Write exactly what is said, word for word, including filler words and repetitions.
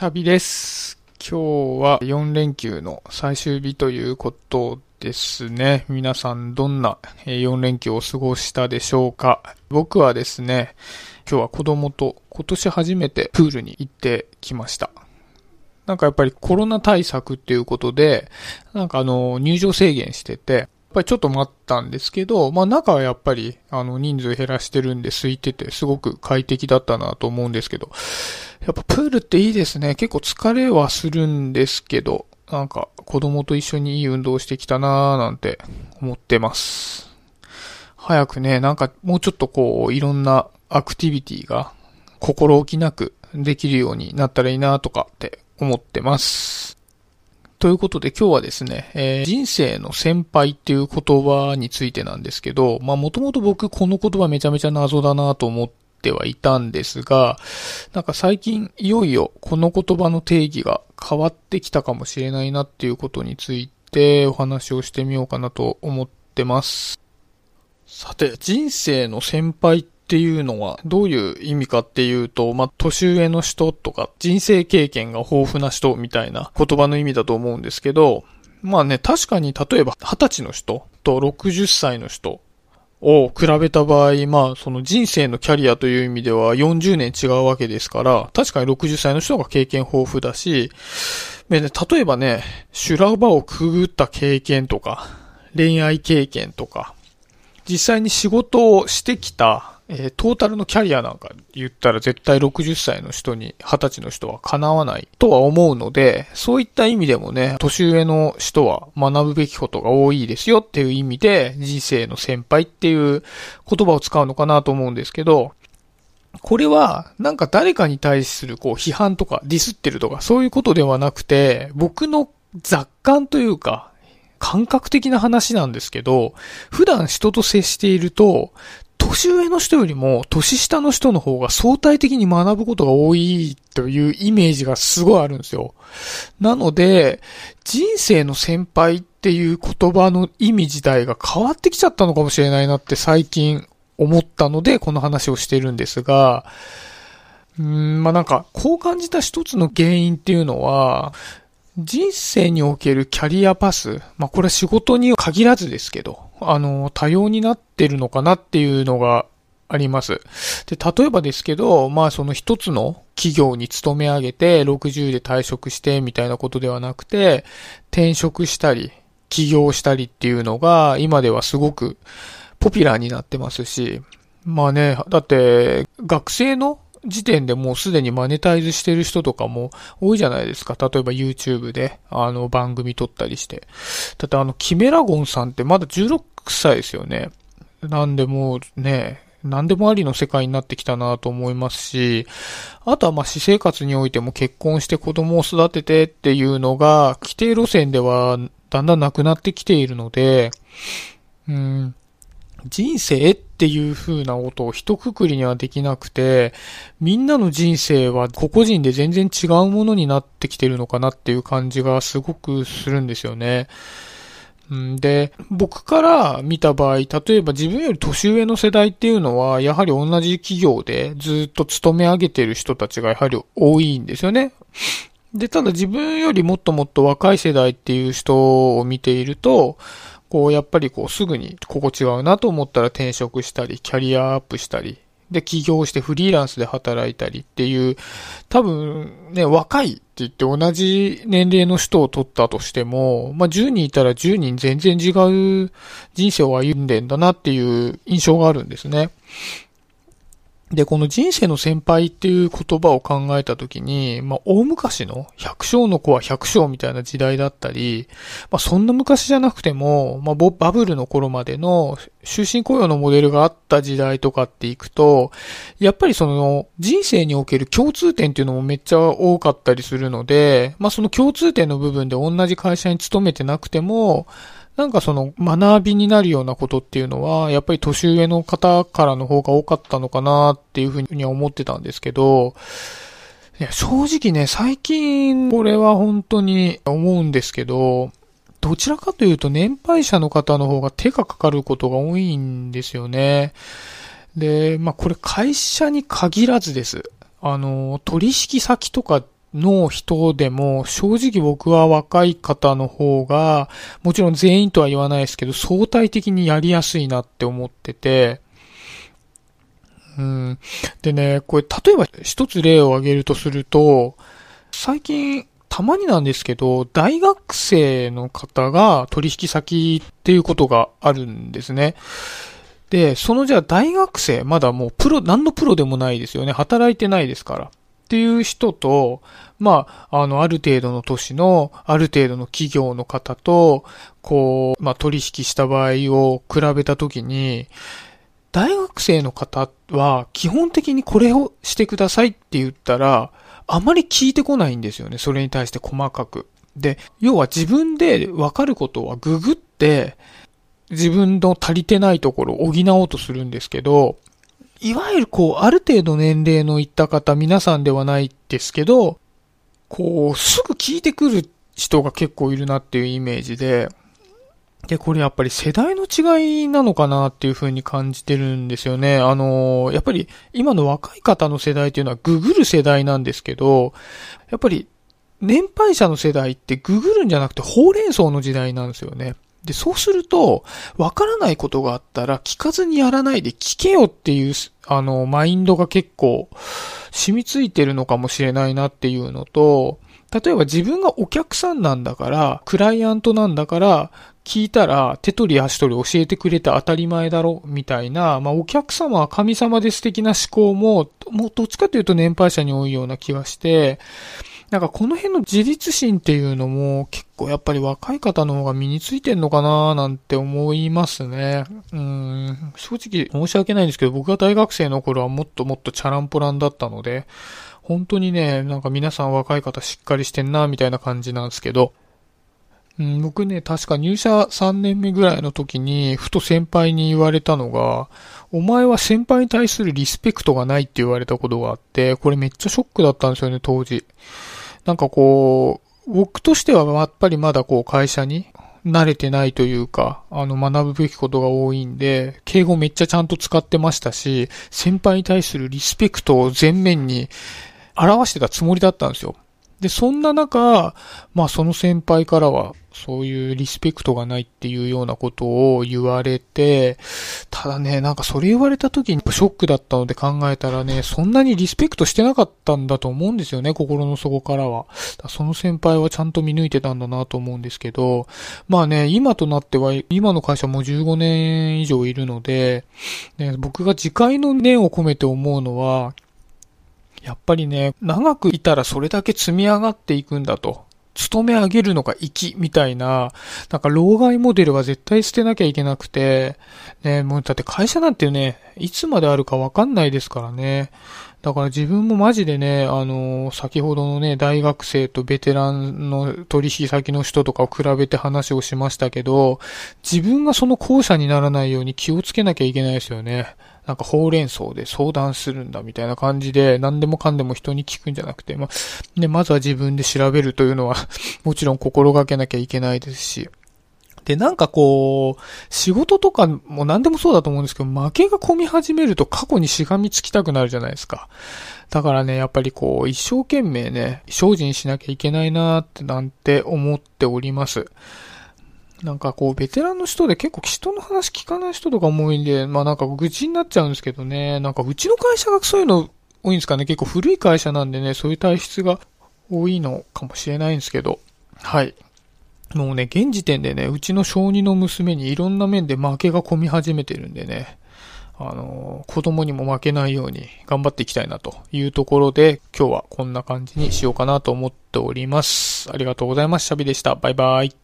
チャビです。今日はよん連休の最終日ということですね。皆さんどんなよん連休を過ごしたでしょうか。僕はですね、今日は子供と今年初めてプールに行ってきました。なんかやっぱりコロナ対策っていうことで、なんかあの入場制限してて、やっぱりちょっと待ったんですけど、まあ中はやっぱりあの人数減らしてるんで空いててすごく快適だったなと思うんですけど、やっぱプールっていいですね。結構疲れはするんですけど、なんか子供と一緒にいい運動してきたなーなんて思ってます。早くね、なんかもうちょっとこういろんなアクティビティが心置きなくできるようになったらいいなとかって思ってます。ということで今日はですね、えー、人生の先輩っていう言葉についてなんですけど、まあもともと僕この言葉めちゃめちゃ謎だなと思ってはいたんですが、なんか最近いよいよこの言葉の定義が変わってきたかもしれないなっていうことについてお話をしてみようかなと思ってます。さて、人生の先輩っていうのはどういう意味かっていうと、まあ、年上の人とか人生経験が豊富な人みたいな言葉の意味だと思うんですけど、まあね、確かに例えばはたちの人とろくじゅっさいの人を比べた場合、まあその人生のキャリアという意味ではよんじゅうねん違うわけですから、確かにろくじゅっさいの人が経験豊富だし、例えばね、修羅場をくぐった経験とか、恋愛経験とか、実際に仕事をしてきた、えー、トータルのキャリアなんか言ったら絶対ろくじゅっさいの人にはたちの人はかなわないとは思うので、そういった意味でもね、年上の人は学ぶべきことが多いですよっていう意味で、人生の先輩っていう言葉を使うのかなと思うんですけど、これはなんか誰かに対するこう批判とかディスってるとかそういうことではなくて、僕の雑感というか、感覚的な話なんですけど、普段人と接していると、年上の人よりも年下の人の方が相対的に学ぶことが多いというイメージがすごいあるんですよ。なので、人生の先輩っていう言葉の意味自体が変わってきちゃったのかもしれないなって最近思ったので、この話をしてるんですが、うーん、まあなんか、こう感じた一つの原因っていうのは、人生におけるキャリアパス、まあこれは仕事に限らずですけど、あの、多様になってるのかなっていうのがあります。で、例えばですけど、まあその一つの企業に勤め上げてろくじゅうで退職してみたいなことではなくて、転職したり、起業したりっていうのが今ではすごくポピュラーになってますし、まあね、だって学生の時点でもうすでにマネタイズしてる人とかも多いじゃないですか。例えば YouTube であの番組撮ったりして。だってあのキメラゴンさんってまだじゅうろくさいですよね。なんでもうね、何でもありの世界になってきたなと思いますし、あとはまあ私生活においても結婚して子供を育ててっていうのが規定路線ではだんだんなくなってきているので、うーん人生っていう風なことを一括りにはできなくて、みんなの人生は個々人で全然違うものになってきてるのかなっていう感じがすごくするんですよね。で、僕から見た場合、例えば自分より年上の世代っていうのは、やはり同じ企業でずっと勤め上げてる人たちがやはり多いんですよね。で、ただ自分よりもっともっと若い世代っていう人を見ていると、こうやっぱりこうすぐにここ違うなと思ったら転職したり、キャリアアップしたり、で起業してフリーランスで働いたりっていう、多分ね、若いって言って同じ年齢の人を取ったとしても、まあじゅうにんいたらじゅうにん全然違う人生を歩んでんだなっていう印象があるんですね。で、この人生の先輩っていう言葉を考えたときに、まあ、大昔の百姓の子は百姓みたいな時代だったり、まあ、そんな昔じゃなくても、まあ、バブルの頃までの終身雇用のモデルがあった時代とかっていくと、やっぱりその人生における共通点っていうのもめっちゃ多かったりするので、まあ、その共通点の部分で同じ会社に勤めてなくても、なんかその学びになるようなことっていうのは、やっぱり年上の方からの方が多かったのかなっていうふうには思ってたんですけど、いや正直ね、最近これは本当に思うんですけど、どちらかというと年配者の方の方が手がかかることが多いんですよね。で、まあこれ会社に限らずです。あの、取引先とかの人でも、正直僕は若い方の方が、もちろん全員とは言わないですけど、相対的にやりやすいなって思ってて、うん。でね、これ、例えば一つ例を挙げるとすると、最近、たまになんですけど、大学生の方が取引先っていうことがあるんですね。で、そのじゃあ大学生、まだもうプロ、何のプロでもないですよね。働いてないですから。っていう人と、まあ、あの、ある程度の年の、ある程度の企業の方と、こう、まあ、取引した場合を比べたときに、大学生の方は基本的にこれをしてくださいって言ったら、あまり聞いてこないんですよね。それに対して細かく。で、要は自分で分かることはググって、自分の足りてないところを補おうとするんですけど、いわゆるこう、ある程度年齢のいった方、皆さんではないですけど、こう、すぐ聞いてくる人が結構いるなっていうイメージで、で、これやっぱり世代の違いなのかなっていう風に感じてるんですよね。あの、やっぱり今の若い方の世代っていうのはググる世代なんですけど、やっぱり年配者の世代ってググるんじゃなくてほうれん草の時代なんですよね。で、そうすると、わからないことがあったら聞かずにやらないで聞けよっていう、あの、マインドが結構染みついてるのかもしれないなっていうのと、例えば自分がお客さんなんだから、クライアントなんだから、聞いたら手取り足取り教えてくれて当たり前だろ、みたいな、まあお客様は神様です的な思考も、もうどっちかというと年配者に多いような気がして、なんかこの辺の自立心っていうのも結構やっぱり若い方の方が身についてんのかななんて思いますね。うーん、正直申し訳ないんですけど、僕が大学生の頃はもっともっとチャランポランだったので、本当にね、なんか皆さん若い方しっかりしてんなみたいな感じなんですけど、うん、僕ね、確か入社さんねんめぐらいの時に、ふと先輩に言われたのが、お前は先輩に対するリスペクトがないって言われたことがあって、これめっちゃショックだったんですよね、当時。なんかこう、僕としてはやっぱりまだこう会社に慣れてないというか、あの学ぶべきことが多いんで、敬語めっちゃちゃんと使ってましたし、先輩に対するリスペクトを前面に表してたつもりだったんですよ。で、そんな中、まあその先輩からは、そういうリスペクトがないっていうようなことを言われて、ただね、なんかそれ言われた時にショックだったので考えたらね、そんなにリスペクトしてなかったんだと思うんですよね、心の底からは。その先輩はちゃんと見抜いてたんだなと思うんですけど、まあね、今となっては、今の会社もじゅうごねん以上いるので、ね、僕が自戒の念を込めて思うのは、やっぱりね、長くいたらそれだけ積み上がっていくんだと。勤め上げるのが粋みたいな、なんか老害モデルは絶対捨てなきゃいけなくて、ね、もうだって会社なんてね、いつまであるかわかんないですからね。だから自分もマジでね、あのー、先ほどのね、大学生とベテランの取引先の人とかを比べて話をしましたけど、自分がその後者にならないように気をつけなきゃいけないですよね。なんかほうれん草で相談するんだみたいな感じで、何でもかんでも人に聞くんじゃなくて、まあ、ね、まずは自分で調べるというのはもちろん心がけなきゃいけないですし。で、なんかこう、仕事とかも何でもそうだと思うんですけど、負けが込み始めると過去にしがみつきたくなるじゃないですか。だからね、やっぱりこう、一生懸命ね、精進しなきゃいけないなーってなんて思っております。なんかこう、ベテランの人で結構人の話聞かない人とかも多いんで、まあなんか愚痴になっちゃうんですけどね、なんかうちの会社がそういうの多いんですかね、結構古い会社なんでね、そういう体質が多いのかもしれないんですけど、はい。もうね、現時点でね、うちの小児の娘にいろんな面で負けが込み始めてるんでね、あのー、子供にも負けないように頑張っていきたいなというところで、今日はこんな感じにしようかなと思っております。ありがとうございます。シャビでした。バイバイ。